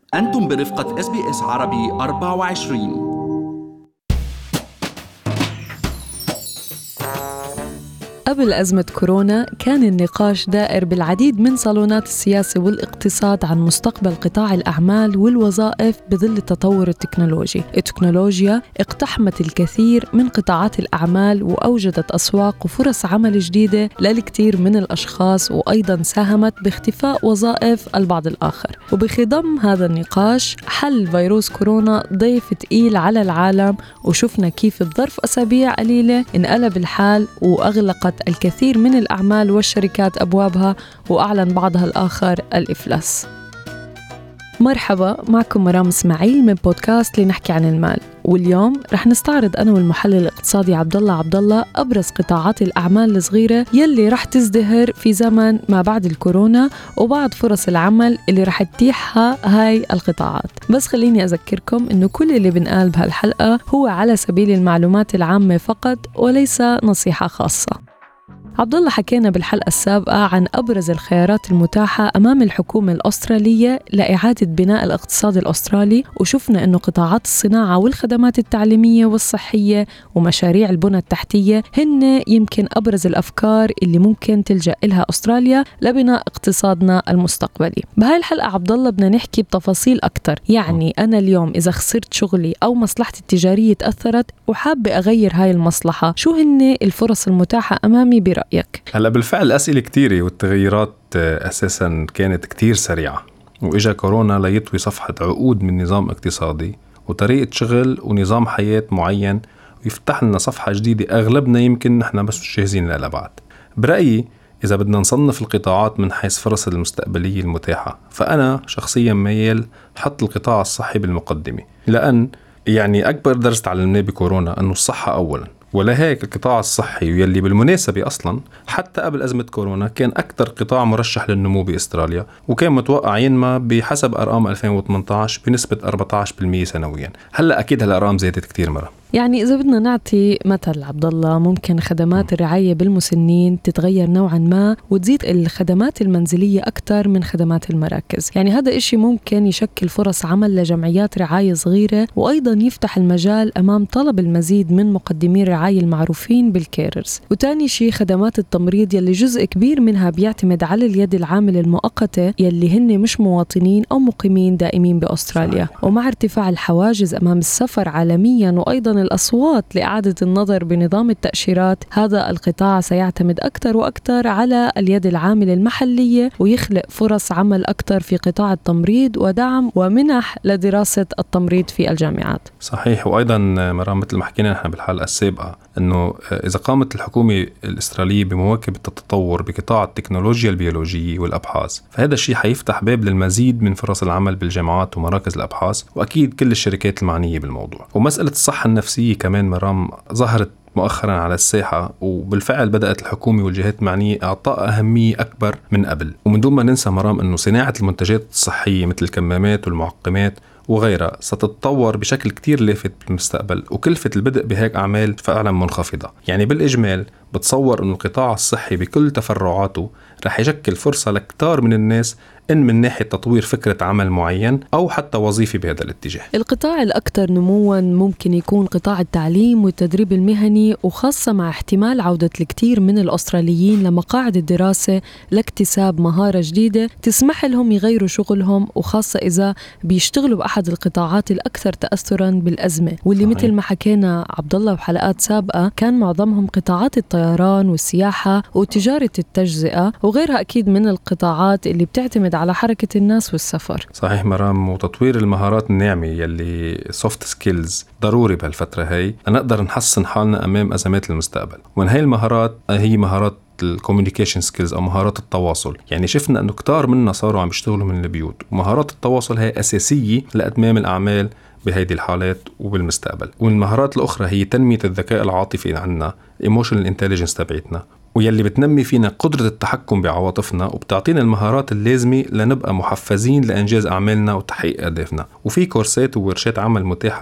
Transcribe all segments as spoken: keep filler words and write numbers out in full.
أنتم برفقة إس بي إس عربي أربعة وعشرين. قبل أزمة كورونا كان النقاش دائر بالعديد من صالونات السياسة والاقتصاد عن مستقبل قطاع الأعمال والوظائف بظل التطور التكنولوجي. التكنولوجيا اقتحمت الكثير من قطاعات الأعمال وأوجدت أسواق وفرص عمل جديدة للكثير من الأشخاص، وأيضاً ساهمت باختفاء وظائف البعض الآخر. وبخضم هذا النقاش حل فيروس كورونا ضيف تقيل على العالم، وشفنا كيف بظرف أسابيع قليلة انقلب الحال وأغلقت الكثير من الأعمال والشركات أبوابها، وأعلن بعضها الآخر الإفلاس. مرحبا، معكم مرام اسماعيل من بودكاست لنحكي عن المال، واليوم رح نستعرض أنا والمحلل الاقتصادي عبدالله عبدالله أبرز قطاعات الأعمال الصغيرة يلي رح تزدهر في زمن ما بعد الكورونا، وبعض فرص العمل اللي رح تتيحها هاي القطاعات. بس خليني أذكركم إنه كل اللي بنقال بهالحلقة هو على سبيل المعلومات العامة فقط وليس نصيحة خاصة. عبدالله حكينا بالحلقة السابقة عن أبرز الخيارات المتاحة أمام الحكومة الأسترالية لإعادة بناء الاقتصاد الأسترالي، وشفنا أنه قطاعات الصناعة والخدمات التعليمية والصحية ومشاريع البنى التحتية هن يمكن أبرز الأفكار اللي ممكن تلجأ لها أستراليا لبناء اقتصادنا المستقبلي. بهاي الحلقة عبدالله بدنا نحكي بتفاصيل أكتر. يعني أنا اليوم إذا خسرت شغلي أو مصلحتي التجارية تأثرت وحابة أغير هاي المصلحة، شو هن الفرص المتاحة أمامي برأيك؟ هلا بالفعل الأسئلة كتيرة والتغييرات أساساً كانت كتير سريعة، وإجا كورونا ليطوي صفحة عقود من نظام اقتصادي وطريقة شغل ونظام حياة معين، ويفتح لنا صفحة جديدة أغلبنا يمكن نحن بس مش جاهزين لها بعد. برأيي إذا بدنا نصنف القطاعات من حيث فرص المستقبلية المتاحة، فأنا شخصياً ميال حط القطاع الصحي بالمقدمة، لأن يعني أكبر درس تعلمناه بكورونا أنه الصحة أولاً. ولهيك القطاع الصحي واللي بالمناسبة أصلاً حتى قبل أزمة كورونا كان أكتر قطاع مرشح للنمو بأستراليا، وكان متوقع ينمى بحسب أرقام ألفين وثمانية عشر بنسبة أربعة عشر بالمئة سنوياً. هلأ أكيد هالأرقام زادت كتير مرة. يعني إذا بدنا نعطي مثل عبدالله، ممكن خدمات الرعاية بالمسنين تتغير نوعاً ما وتزيد الخدمات المنزلية أكتر من خدمات المراكز. يعني هذا إشي ممكن يشكل فرص عمل لجمعيات رعاية صغيرة، وأيضاً يفتح المجال أمام طلب المزيد من مقدمي الرعاية المعروفين بالكيررز. وتاني شي خدمات التمريض يلي جزء كبير منها بيعتمد على اليد العامل المؤقتة يلي هن مش مواطنين أو مقيمين دائمين بأستراليا. ومع ارتفاع الحواجز أمام السفر عالمياً وأيضاً الأصوات لإعادة النظر بنظام التأشيرات، هذا القطاع سيعتمد أكثر وأكثر على اليد العاملة المحلية، ويخلق فرص عمل أكثر في قطاع التمريض ودعم ومنح لدراسة التمريض في الجامعات. صحيح. وأيضا مرام مثل ما حكينا نحن بالحلقة السابقة أنه إذا قامت الحكومة الأسترالية بمواكبة التطور بقطاع التكنولوجيا البيولوجية والأبحاث، فهذا الشيء حيفتح باب للمزيد من فرص العمل بالجامعات ومراكز الأبحاث، وأكيد كل الشركات المعنية بالموضوع. ومسألة الصحة النفسية كمان مرام ظهرت مؤخرا على الساحة، وبالفعل بدأت الحكومة والجهات المعنية إعطاء أهمية أكبر من قبل. ومن دون ما ننسى مرام أنه صناعة المنتجات الصحية مثل الكمامات والمعقمات وغيرها ستتطور بشكل كتير لافت بالمستقبل، وكلفة البدء بهيك أعمال فعلا منخفضة. يعني بالإجمال بتصور أن القطاع الصحي بكل تفرعاته رح يشكل فرصة لكتار من الناس، إن من ناحية تطوير فكرة عمل معين أو حتى وظيفة بهذا الاتجاه. القطاع الأكثر نمواً ممكن يكون قطاع التعليم والتدريب المهني، وخاصة مع احتمال عودة الكثير من الأستراليين لمقاعد الدراسة لاكتساب مهارة جديدة تسمح لهم يغيروا شغلهم، وخاصة إذا بيشتغلوا بأحد القطاعات الأكثر تأثراً بالأزمة، واللي صحيح. مثل ما حكينا عبدالله بحلقات سابقة كان معظمهم قطاعات الطيران والسياحة وتجارة التجزئة وغيرها أكيد من القطاعات اللي بتعتمد على حركة الناس والسفر. صحيح مرام. وتطوير المهارات الناعمة يلي soft skills ضروري بهالفترة هاي لنقدر نحسن حالنا أمام أزمات المستقبل. ومن هاي المهارات هي مهارات الكوميونيكيشن سكيلز أو مهارات التواصل. يعني شفنا أنه كتار منا صاروا عم يشتغلوا من البيوت، ومهارات التواصل هي أساسية لأتمام الأعمال بهيدي الحالات وبالمستقبل. والمهارات الأخرى هي تنمية الذكاء العاطفي عنا emotional intelligence تبعتنا، ويلي بتنمي فينا قدرة التحكم بعواطفنا، وبتعطينا المهارات اللازمة لنبقى محفزين لإنجاز أعمالنا وتحقيق أهدافنا. وفي كورسات وورشات عمل متاحة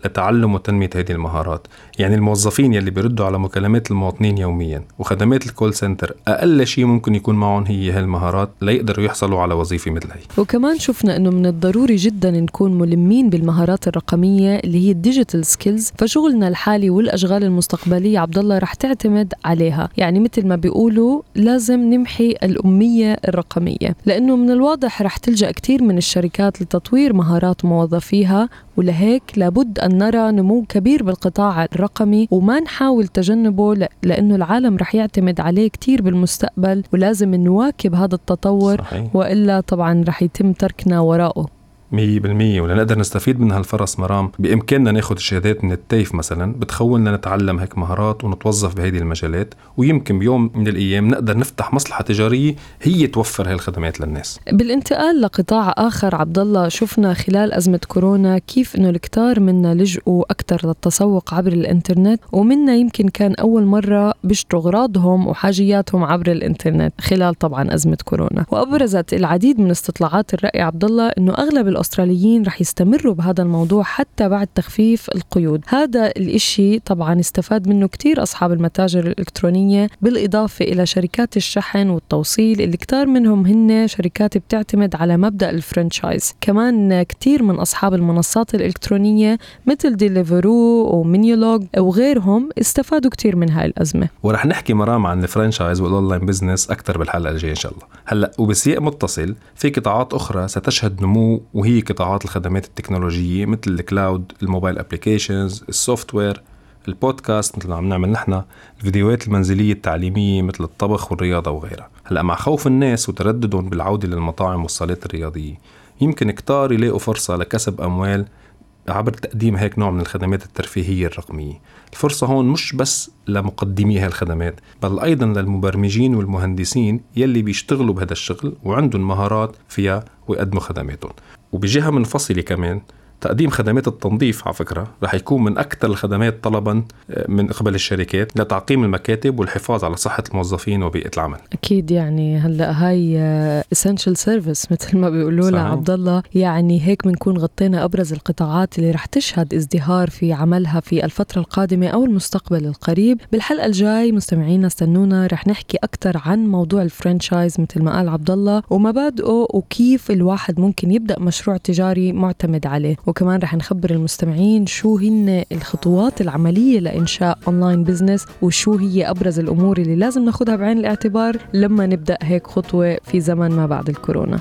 لتعلم وتنمية هذه المهارات. يعني الموظفين يلي بيردوا على مكالمات المواطنين يوميا وخدمات الكول سنتر أقل شيء ممكن يكون معهم هي هالمهارات ليقدروا يحصلوا على وظيفة مثل هي. وكمان شفنا أنه من الضروري جدا نكون ملمين بالمهارات الرقمية اللي هي الديجيتال سكيلز، فشغلنا الحالي والأشغال المستقبلية عبد الله رح تعتمد عليها. يعني مثل ما بيقولوا لازم نمحي الأمية الرقمية، لأنه من الواضح رح تلجأ كتير من الشركات لتطوير مهارات موظفيها، ولهيك لابد أن نرى نمو كبير بالقطاع الرقمي وما نحاول تجنبه، لأنه العالم رح يعتمد عليه كتير بالمستقبل ولازم نواكب هذا التطور. صحيح. وإلا طبعا رح يتم تركنا وراءه. مية بالمية. ولنقدر نستفيد من هالفرص مرام بإمكاننا ناخد الشهادات من التيف مثلا بتخولنا نتعلم هيك مهارات ونتوظف بهذه المجالات، ويمكن بيوم من الأيام نقدر نفتح مصلحة تجارية هي توفر هالخدمات للناس. بالانتقال لقطاع آخر عبد الله، شفنا خلال أزمة كورونا كيف إنه الكتار منا لجؤوا أكثر للتسوق عبر الإنترنت، ومنا يمكن كان أول مرة بيشتروا أغراضهم وحاجياتهم عبر الإنترنت خلال طبعا أزمة كورونا. وأبرزت العديد من استطلاعات الرأي عبد الله إنه أغلب الأستراليين رح يستمروا بهذا الموضوع حتى بعد تخفيف القيود. هذا الإشي طبعا استفاد منه كتير أصحاب المتاجر الإلكترونية، بالإضافة إلى شركات الشحن والتوصيل اللي كتار منهم هن شركات بتعتمد على مبدأ الفرنشايز. كمان كتير من أصحاب المنصات الإلكترونية مثل ديليفرو ومينيولوج وغيرهم استفادوا كتير من هاي الأزمة. ورح نحكي مرام عن الفرنشايز والأونلاين بيزنس أكتر بالحلقة الجاية إن شاء الله. هلأ وبسياق متصل في قطاعات أخرى ستشهد نمو، وهي قطاعات الخدمات التكنولوجية مثل الكلاود، الموبايل أبليكيشنز، السوفتوير، البودكاست مثل ما عم نعمل نحن، الفيديوهات المنزلية التعليمية مثل الطبخ والرياضة وغيرها. هلأ مع خوف الناس وترددهم بالعودة للمطاعم والصالات الرياضية، يمكن كتار يلاقوا فرصة لكسب أموال عبر تقديم هيك نوع من الخدمات الترفيهية الرقمية. الفرصة هون مش بس لمقدمي هالخدمات، بل أيضا للمبرمجين والمهندسين يلي بيشتغلوا بهذا الشغل وعندهم مهارات فيها ويقدموا خدماتهم. وبجهة منفصلة كمان تقديم خدمات التنظيف على فكرة رح يكون من أكثر الخدمات طلباً من قبل الشركات لتعقيم المكاتب والحفاظ على صحة الموظفين وبيئة العمل. أكيد يعني هلأ هاي essential service مثل ما بيقولوا لها عبد الله. يعني هيك بنكون غطينا أبرز القطاعات اللي رح تشهد ازدهار في عملها في الفترة القادمة أو المستقبل القريب. بالحلقة الجاي مستمعينا استنونا رح نحكي أكتر عن موضوع الفرنشايز مثل ما قال عبد الله ومبادئه وكيف الواحد ممكن يبدأ مشروع تجاري معتمد عليه. وكمان رح نخبر المستمعين شو هن الخطوات العملية لإنشاء أونلاين بيزنس، وشو هي أبرز الأمور اللي لازم ناخدها بعين الاعتبار لما نبدأ هيك خطوة في زمن ما بعد الكورونا.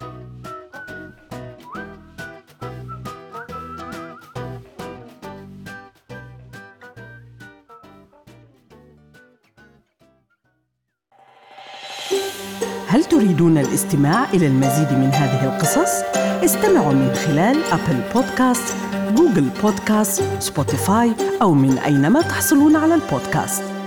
هل تريدون الاستماع إلى المزيد من هذه القصص؟ استمعوا من خلال أبل بودكاست، جوجل بودكاست، سبوتيفاي أو من أينما تحصلون على البودكاست.